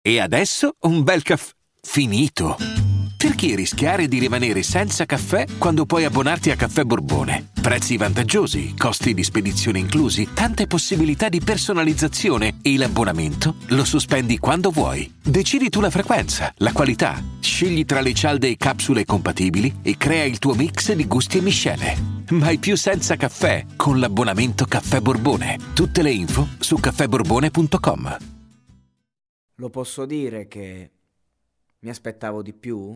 E adesso un bel caffè finito. Perché rischiare di rimanere senza caffè quando puoi abbonarti a Caffè Borbone? Prezzi vantaggiosi, costi di spedizione inclusi, tante possibilità di personalizzazione e l'abbonamento lo sospendi quando vuoi. Decidi tu la frequenza, la qualità, scegli tra le cialde e capsule compatibili e crea il tuo mix di gusti e miscele. Mai più senza caffè con l'abbonamento Caffè Borbone. Tutte le info su caffèborbone.com. Lo posso dire che mi aspettavo di più?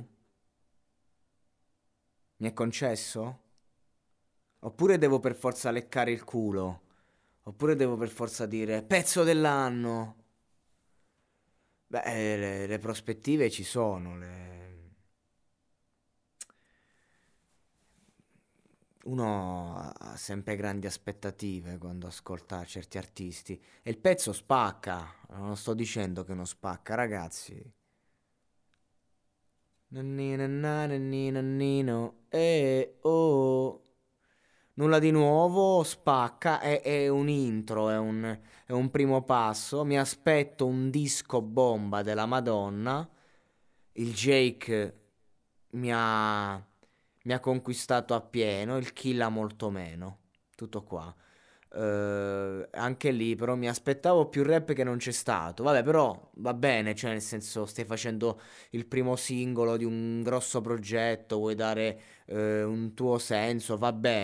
Mi è concesso? Oppure devo per forza leccare il culo? Oppure devo per forza dire pezzo dell'anno? Beh, le prospettive ci sono. Uno ha sempre grandi aspettative quando ascolta certi artisti. E il pezzo spacca. Non sto dicendo che non spacca, ragazzi. Nannina, nannina, nannino, oh. Nulla di nuovo, spacca, è un intro, è un primo passo. Mi aspetto un disco bomba della Madonna. Il Jake mi ha, mi ha conquistato appieno, il Killa molto meno. Tutto qua. Anche lì però mi aspettavo più rap che non c'è stato. Vabbè, però va bene, cioè nel senso stai facendo il primo singolo di un grosso progetto, vuoi dare un tuo senso,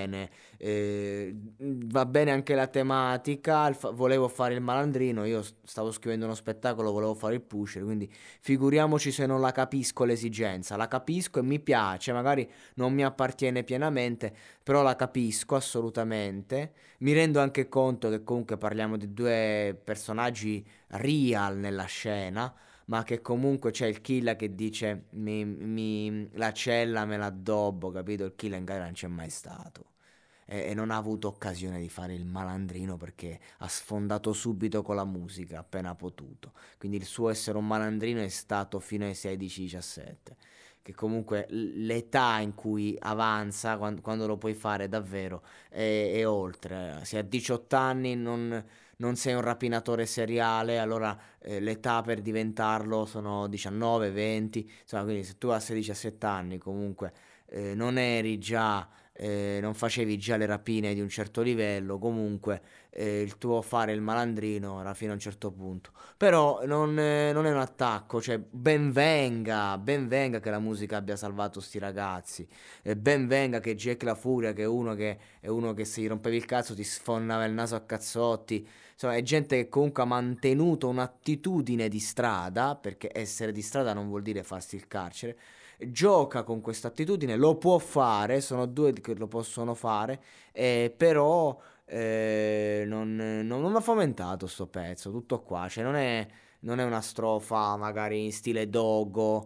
va bene anche la tematica. Volevo fare il malandrino, io stavo scrivendo uno spettacolo, volevo fare il pusher, quindi figuriamoci se non la capisco l'esigenza. La capisco e mi piace, magari non mi appartiene pienamente, però la capisco assolutamente. Mi rendo anche conto che comunque parliamo di due personaggi real nella scena, ma che comunque c'è il Killa che dice la cella me la addobbo, capito? Il Killa in gara non c'è mai stato. E non ha avuto occasione di fare il malandrino perché ha sfondato subito con la musica appena potuto. Quindi il suo essere un malandrino è stato fino ai 16-17, che comunque l'età in cui avanza, quando lo puoi fare davvero, è oltre. Se a 18 anni non sei un rapinatore seriale, allora l'età per diventarlo sono 19, 20, insomma, quindi se tu a 16-17 anni comunque non eri già, non facevi già le rapine di un certo livello, comunque il tuo fare il malandrino era fino a un certo punto. Però non è un attacco, cioè ben venga che la musica abbia salvato sti ragazzi, e ben venga che Jack La Furia, che è uno che se gli rompevi il cazzo ti sfonnava il naso a cazzotti, insomma è gente che comunque ha mantenuto un'attitudine di strada, perché essere di strada non vuol dire farsi il carcere, gioca con questa attitudine, lo può fare, sono due che lo possono fare, però non mi ha fomentato sto pezzo, tutto qua, cioè non è una strofa magari in stile Dogo,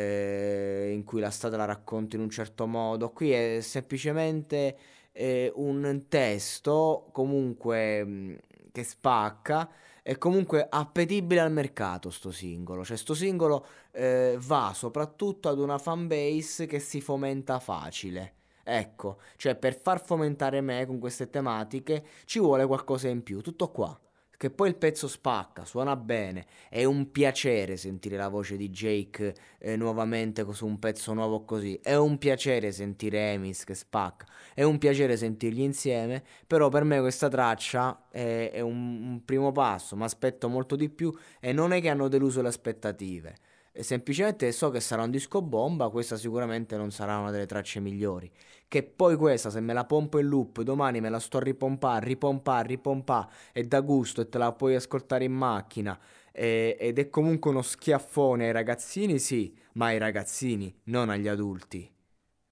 in cui la strada la racconti in un certo modo, qui è semplicemente un testo comunque che spacca. È comunque appetibile al mercato sto singolo, cioè sto singolo va soprattutto ad una fanbase che si fomenta facile. Ecco, cioè per far fomentare me con queste tematiche ci vuole qualcosa in più, tutto qua. Che poi il pezzo spacca, suona bene, è un piacere sentire la voce di Jake nuovamente su un pezzo nuovo così, è un piacere sentire Emis che spacca, è un piacere sentirli insieme, però per me questa traccia è un primo passo, mi aspetto molto di più e non è che hanno deluso le aspettative. Semplicemente so che sarà un disco bomba, questa sicuramente non sarà una delle tracce migliori. Che poi questa, se me la pompo in loop, domani me la sto a ripompà e da gusto e te la puoi ascoltare in macchina. Ed è comunque uno schiaffone ai ragazzini, sì, ma ai ragazzini, non agli adulti.